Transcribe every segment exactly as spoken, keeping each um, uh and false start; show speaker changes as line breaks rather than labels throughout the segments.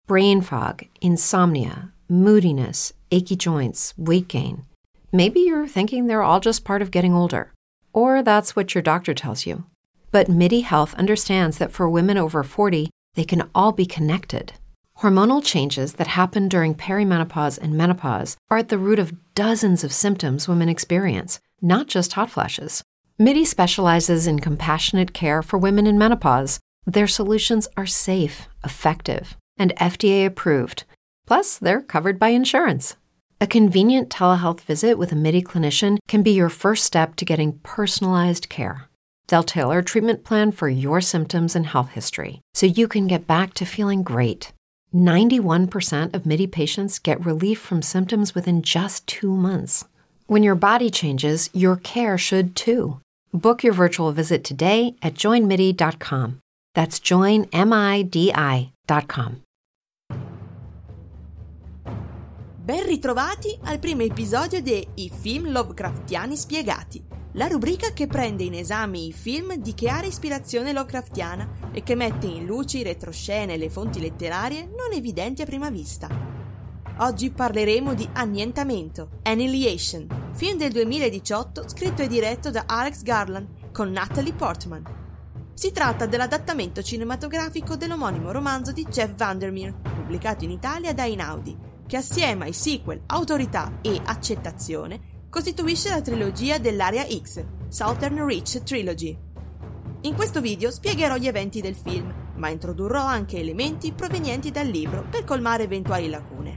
brain fog, insomnia, moodiness, achy joints, weight gain. Maybe you're thinking they're all just part of getting older, or that's what your doctor tells you. But MIDI Health understands that for women over forty, they can all be connected. Hormonal changes that happen during perimenopause and menopause are at the root of dozens of symptoms women experience, not just hot flashes. MIDI specializes in compassionate care for women in menopause. Their solutions are safe, effective, and F D A approved. Plus, they're covered by insurance. A convenient telehealth visit with a MIDI clinician can be your first step to getting personalized care. They'll tailor a treatment plan for your symptoms and health history, so you can get back to feeling great. ninety-one percent of MIDI patients get relief from symptoms within just two months. When your body changes, your care should too. Book your virtual visit today at join midi dot com. That's join midi dot com.
Ben ritrovati al primo episodio di I film Lovecraftiani spiegati, la rubrica che prende in esame i film di che area ispirazione Lovecraftiana e che mette in luce i retroscene e le fonti letterarie non evidenti a prima vista. Oggi parleremo di Annientamento, Annihilation, film del duemiladiciotto scritto e diretto da Alex Garland con Natalie Portman. Si tratta dell'adattamento cinematografico dell'omonimo romanzo di Jeff Vandermeer, pubblicato in Italia da Einaudi, che assieme ai sequel Autorità e Accettazione costituisce la trilogia dell'Area X, Southern Reach Trilogy. In questo video spiegherò gli eventi del film, ma introdurrò anche elementi provenienti dal libro per colmare eventuali lacune.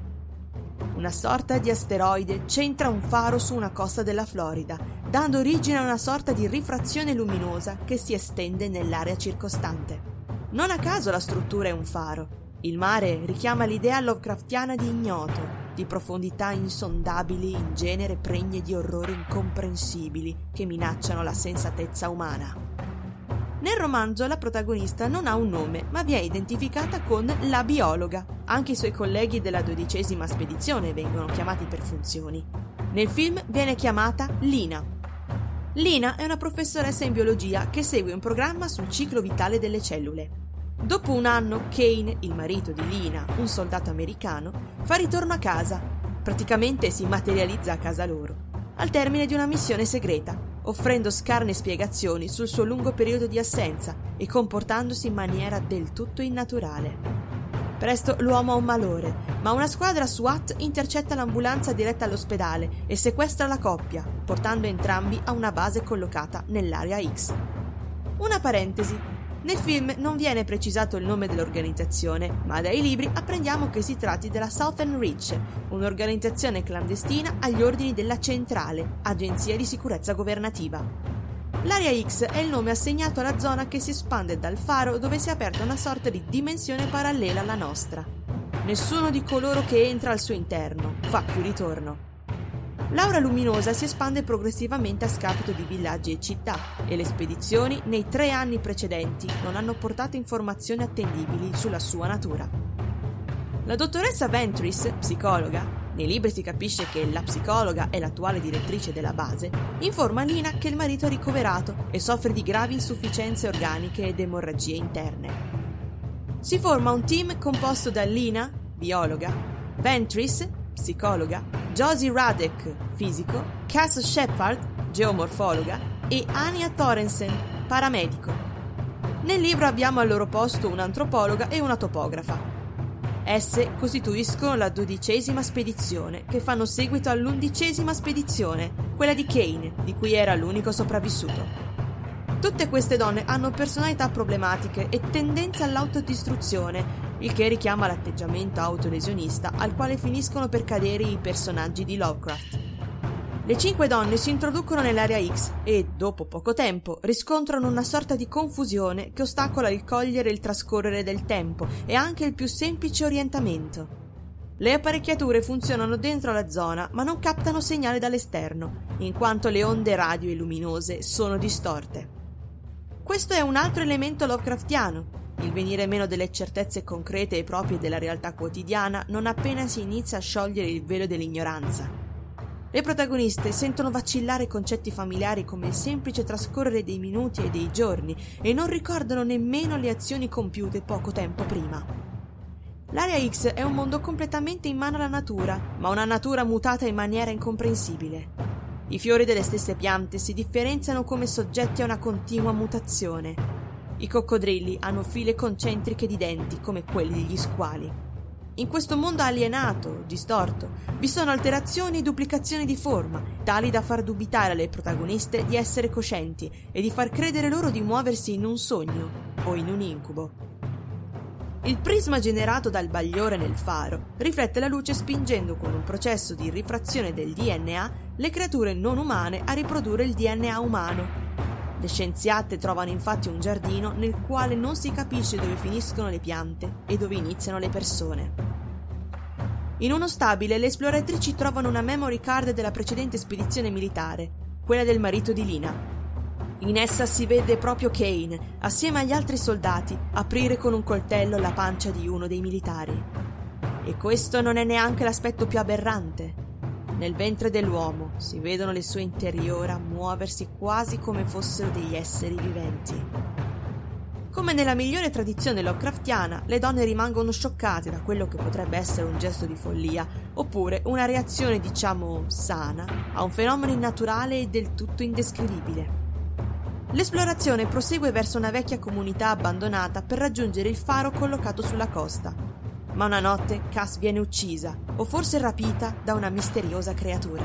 Una sorta di asteroide centra un faro su una costa della Florida, dando origine a una sorta di rifrazione luminosa che si estende nell'area circostante. Non a caso la struttura è un faro. Il mare richiama l'idea Lovecraftiana di ignoto, di profondità insondabili in genere pregne di orrori incomprensibili che minacciano la sensatezza umana. Nel romanzo la protagonista non ha un nome, ma viene identificata con la biologa. Anche i suoi colleghi della dodicesima spedizione vengono chiamati per funzioni. Nel film viene chiamata Lina. Lina è una professoressa in biologia che segue un programma sul ciclo vitale delle cellule. Dopo un anno, Kane, il marito di Lina, un soldato americano, fa ritorno a casa. Praticamente si materializza a casa loro, al termine di una missione segreta, offrendo scarne spiegazioni sul suo lungo periodo di assenza e comportandosi in maniera del tutto innaturale. Presto l'uomo ha un malore, ma una squadra SWAT intercetta l'ambulanza diretta all'ospedale e sequestra la coppia, portando entrambi a una base collocata nell'Area X. Una parentesi. Nel film non viene precisato il nome dell'organizzazione, ma dai libri apprendiamo che si tratti della Southern Reach, un'organizzazione clandestina agli ordini della Centrale, agenzia di sicurezza governativa. L'Area X è il nome assegnato alla zona che si espande dal faro dove si è aperta una sorta di dimensione parallela alla nostra. Nessuno di coloro che entra al suo interno fa più ritorno. L'aura luminosa si espande progressivamente a scapito di villaggi e città e le spedizioni nei tre anni precedenti non hanno portato informazioni attendibili sulla sua natura. La dottoressa Ventris, psicologa, nei libri si capisce che la psicologa è l'attuale direttrice della base, informa Lina che il marito è ricoverato e soffre di gravi insufficienze organiche ed emorragie interne. Si forma un team composto da Lina, biologa, Ventris, psicologa, Josie Radek, fisico, Cass Shepard, geomorfologa, e Anya Thorensen, paramedico. Nel libro abbiamo al loro posto un'antropologa e una topografa. Esse costituiscono la dodicesima spedizione, che fanno seguito all'undicesima spedizione, quella di Kane, di cui era l'unico sopravvissuto. Tutte queste donne hanno personalità problematiche e tendenze all'autodistruzione, il che richiama l'atteggiamento autolesionista al quale finiscono per cadere i personaggi di Lovecraft. Le cinque donne si introducono nell'Area X e, dopo poco tempo, riscontrano una sorta di confusione che ostacola il cogliere il trascorrere del tempo e anche il più semplice orientamento. Le apparecchiature funzionano dentro la zona ma non captano segnale dall'esterno, in quanto le onde radio e luminose sono distorte. Questo è un altro elemento Lovecraftiano, il venire meno delle certezze concrete e proprie della realtà quotidiana non appena si inizia a sciogliere il velo dell'ignoranza. Le protagoniste sentono vacillare concetti familiari come il semplice trascorrere dei minuti e dei giorni e non ricordano nemmeno le azioni compiute poco tempo prima. L'Area X è un mondo completamente in mano alla natura, ma una natura mutata in maniera incomprensibile. I fiori delle stesse piante si differenziano come soggetti a una continua mutazione. I coccodrilli hanno file concentriche di denti come quelli degli squali. In questo mondo alienato, distorto, vi sono alterazioni e duplicazioni di forma, tali da far dubitare alle protagoniste di essere coscienti e di far credere loro di muoversi in un sogno o in un incubo. Il prisma generato dal bagliore nel faro riflette la luce spingendo con un processo di rifrazione del D N A le creature non umane a riprodurre il D N A umano. Le scienziate trovano infatti un giardino nel quale non si capisce dove finiscono le piante e dove iniziano le persone. In uno stabile le esploratrici trovano una memory card della precedente spedizione militare, quella del marito di Lina. In essa si vede proprio Kane, assieme agli altri soldati, aprire con un coltello la pancia di uno dei militari. E questo non è neanche l'aspetto più aberrante. Nel ventre dell'uomo si vedono le sue interiora muoversi quasi come fossero degli esseri viventi. Come nella migliore tradizione Lovecraftiana, le donne rimangono scioccate da quello che potrebbe essere un gesto di follia, oppure una reazione, diciamo, sana, a un fenomeno innaturale e del tutto indescrivibile. L'esplorazione prosegue verso una vecchia comunità abbandonata per raggiungere il faro collocato sulla costa. Ma una notte Cass viene uccisa, o forse rapita, da una misteriosa creatura.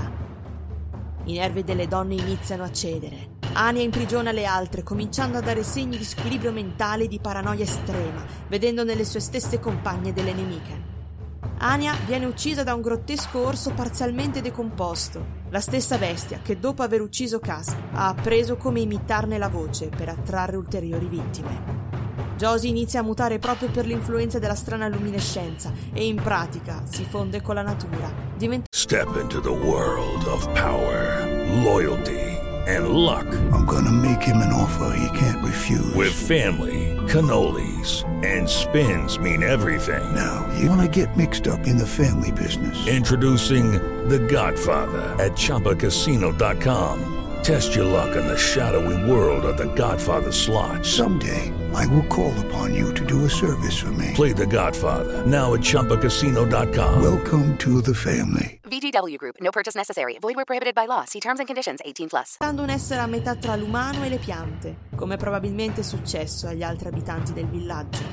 I nervi delle donne iniziano a cedere. Anya imprigiona le altre, cominciando a dare segni di squilibrio mentale e di paranoia estrema, vedendo nelle sue stesse compagne delle nemiche. Anya viene uccisa da un grottesco orso parzialmente decomposto, la stessa bestia che dopo aver ucciso Cass ha appreso come imitarne la voce per attrarre ulteriori vittime. Josie inizia a mutare proprio per l'influenza della strana luminescenza e in pratica si fonde con la natura. Diventa...
Step into the world of power, loyalty and luck.
I'm gonna make him an offer he can't refuse.
With family, cannolis and spins mean everything.
Now, you wanna get mixed up in the family business.
Introducing The Godfather at Chumba Casino dot com. Test your luck in the shadowy world of The Godfather slot.
Someday, I will call upon you to do a service for me.
Play The Godfather, now at Chumba Casino dot com.
Welcome to the family.
V G W Group. No purchase necessary. Void where prohibited by law. See terms and conditions. eighteen plus.
Un essere a metà tra l'umano e le piante, come probabilmente è successo agli altri abitanti del villaggio.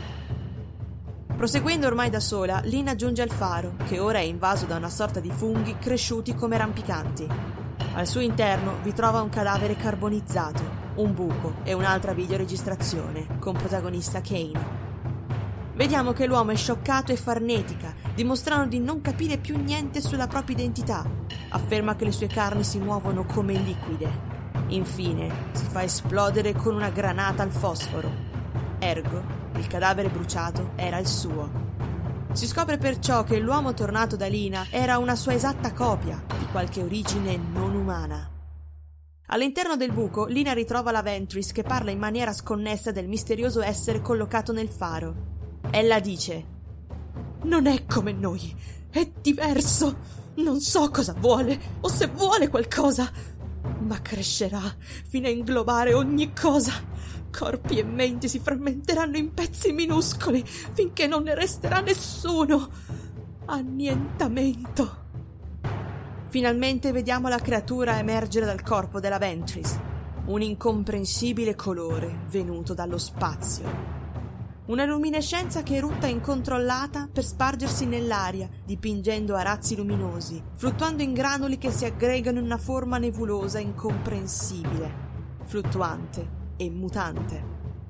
Proseguendo ormai da sola, Lina giunge al faro, che ora è invaso da una sorta di funghi cresciuti come rampicanti. Al suo interno vi trova un cadavere carbonizzato, un buco e un'altra videoregistrazione, con protagonista Kane. Vediamo che l'uomo è scioccato e farnetica, dimostrando di non capire più niente sulla propria identità. Afferma che le sue carni si muovono come liquide. Infine, si fa esplodere con una granata al fosforo. Ergo, il cadavere bruciato era il suo. Si scopre perciò che l'uomo tornato da Lina era una sua esatta copia, di qualche origine non umana. All'interno del buco, Lina ritrova la Ventress che parla in maniera sconnessa del misterioso essere collocato nel faro. Ella dice: «Non è come noi, è diverso. Non so cosa vuole, o se vuole qualcosa, ma crescerà fino a inglobare ogni cosa. Corpi e menti si frammenteranno in pezzi minuscoli finché non ne resterà nessuno. Annientamento». Finalmente vediamo la creatura emergere dal corpo della Ventress, un incomprensibile colore venuto dallo spazio. Una luminescenza che erutta incontrollata per spargersi nell'aria, dipingendo a razzi luminosi, fluttuando in granuli che si aggregano in una forma nebulosa incomprensibile, fluttuante e mutante.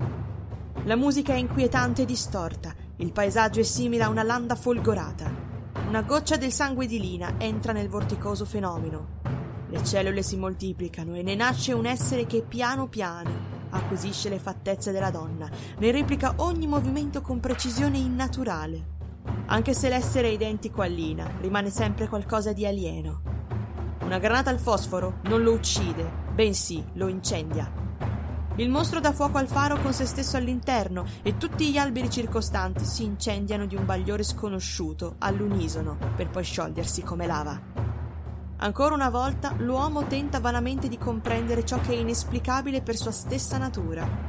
La musica è inquietante e distorta, il paesaggio è simile a una landa folgorata. Una goccia del sangue di Lina entra nel vorticoso fenomeno. Le cellule si moltiplicano e ne nasce un essere che piano piano acquisisce le fattezze della donna, ne replica ogni movimento con precisione innaturale. Anche se l'essere è identico a Lina, rimane sempre qualcosa di alieno. Una granata al fosforo non lo uccide, bensì lo incendia. Il mostro dà fuoco al faro con se stesso all'interno e tutti gli alberi circostanti si incendiano di un bagliore sconosciuto all'unisono per poi sciogliersi come lava. Ancora una volta l'uomo tenta vanamente di comprendere ciò che è inesplicabile per sua stessa natura.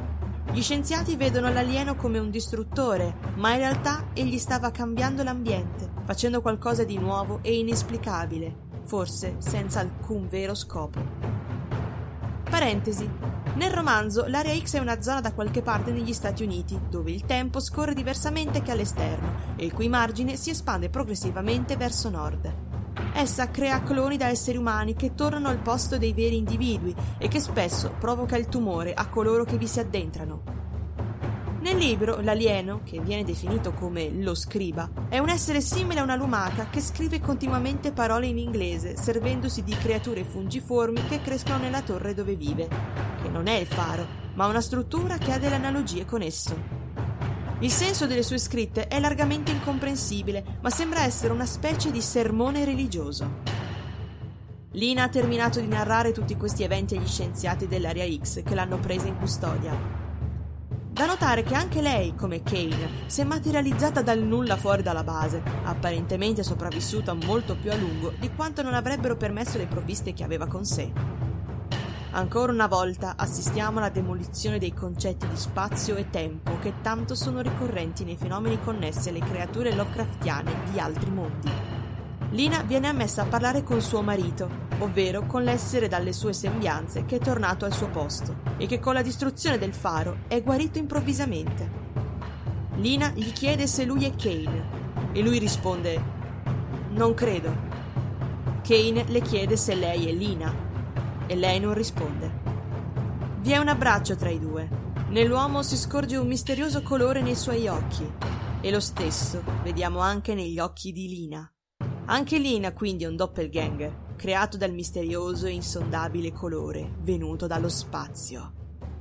Gli scienziati vedono l'alieno come un distruttore, ma in realtà egli stava cambiando l'ambiente, facendo qualcosa di nuovo e inesplicabile, forse senza alcun vero scopo. Parentesi. Nel romanzo, l'Area X è una zona da qualche parte negli Stati Uniti, dove il tempo scorre diversamente che all'esterno e il cui margine si espande progressivamente verso nord. Essa crea cloni da esseri umani che tornano al posto dei veri individui e che spesso provoca il tumore a coloro che vi si addentrano. Nel libro, l'alieno, che viene definito come lo scriba, è un essere simile a una lumaca che scrive continuamente parole in inglese, servendosi di creature fungiformi che crescono nella torre dove vive, che non è il faro, ma una struttura che ha delle analogie con esso. Il senso delle sue scritte è largamente incomprensibile, ma sembra essere una specie di sermone religioso. Lina ha terminato di narrare tutti questi eventi agli scienziati dell'Area X che l'hanno presa in custodia. Da notare che anche lei, come Kane, si è materializzata dal nulla fuori dalla base, apparentemente sopravvissuta molto più a lungo di quanto non avrebbero permesso le provviste che aveva con sé. Ancora una volta assistiamo alla demolizione dei concetti di spazio e tempo che tanto sono ricorrenti nei fenomeni connessi alle creature Lovecraftiane di altri mondi. Lina viene ammessa a parlare con suo marito, ovvero con l'essere dalle sue sembianze che è tornato al suo posto e che con la distruzione del faro è guarito improvvisamente. Lina gli chiede se lui è Kane e lui risponde «Non credo». Kane le chiede se lei è Lina e lei non risponde. Vi è un abbraccio tra i due. Nell'uomo si scorge un misterioso colore nei suoi occhi e lo stesso vediamo anche negli occhi di Lina. Anche Lina quindi è un doppelganger, creato dal misterioso e insondabile colore venuto dallo spazio.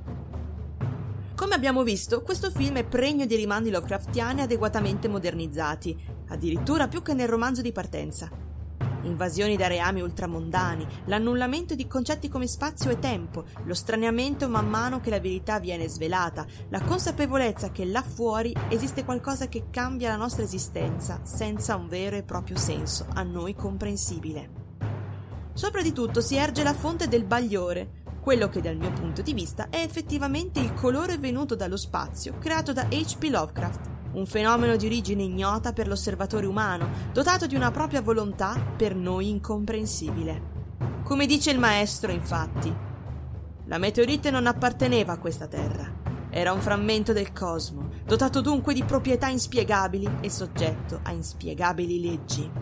Come abbiamo visto, questo film è pregno di rimandi Lovecraftiani adeguatamente modernizzati, addirittura più che nel romanzo di partenza. Invasioni da reami ultramondani, l'annullamento di concetti come spazio e tempo, lo straniamento man mano che la verità viene svelata, la consapevolezza che là fuori esiste qualcosa che cambia la nostra esistenza senza un vero e proprio senso, a noi comprensibile. Sopra di tutto si erge la fonte del bagliore, quello che dal mio punto di vista è effettivamente il colore venuto dallo spazio, creato da H P Lovecraft, un fenomeno di origine ignota per l'osservatore umano, dotato di una propria volontà per noi incomprensibile. Come dice il maestro, infatti, la meteorite non apparteneva a questa terra, era un frammento del cosmo, dotato dunque di proprietà inspiegabili e soggetto a inspiegabili leggi.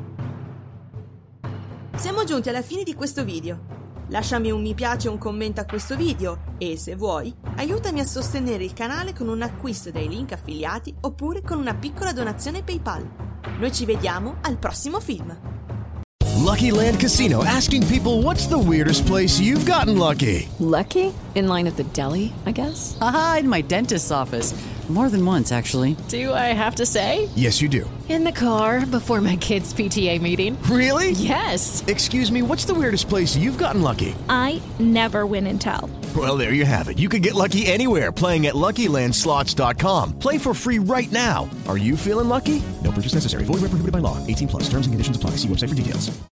Siamo giunti alla fine di questo video. Lasciami un mi piace e un commento a questo video e, se vuoi, aiutami a sostenere il canale con un acquisto dai link affiliati oppure con una piccola donazione PayPal. Noi ci vediamo al prossimo film.
Lucky Land Casino, asking people, what's the weirdest place you've gotten lucky?
Lucky? In line at the deli, I guess?
Aha, in my dentist's office. More than once, actually.
Do I have to say?
Yes, you do.
In the car before my kids' P T A meeting.
Really?
Yes.
Excuse me, what's the weirdest place you've gotten lucky?
I never win and tell.
Well, there you have it. You can get lucky anywhere, playing at Lucky Land Slots dot com. Play for free right now. Are you feeling lucky? No purchase necessary. Void where prohibited by law. eighteen plus. Terms and conditions apply. See website for details.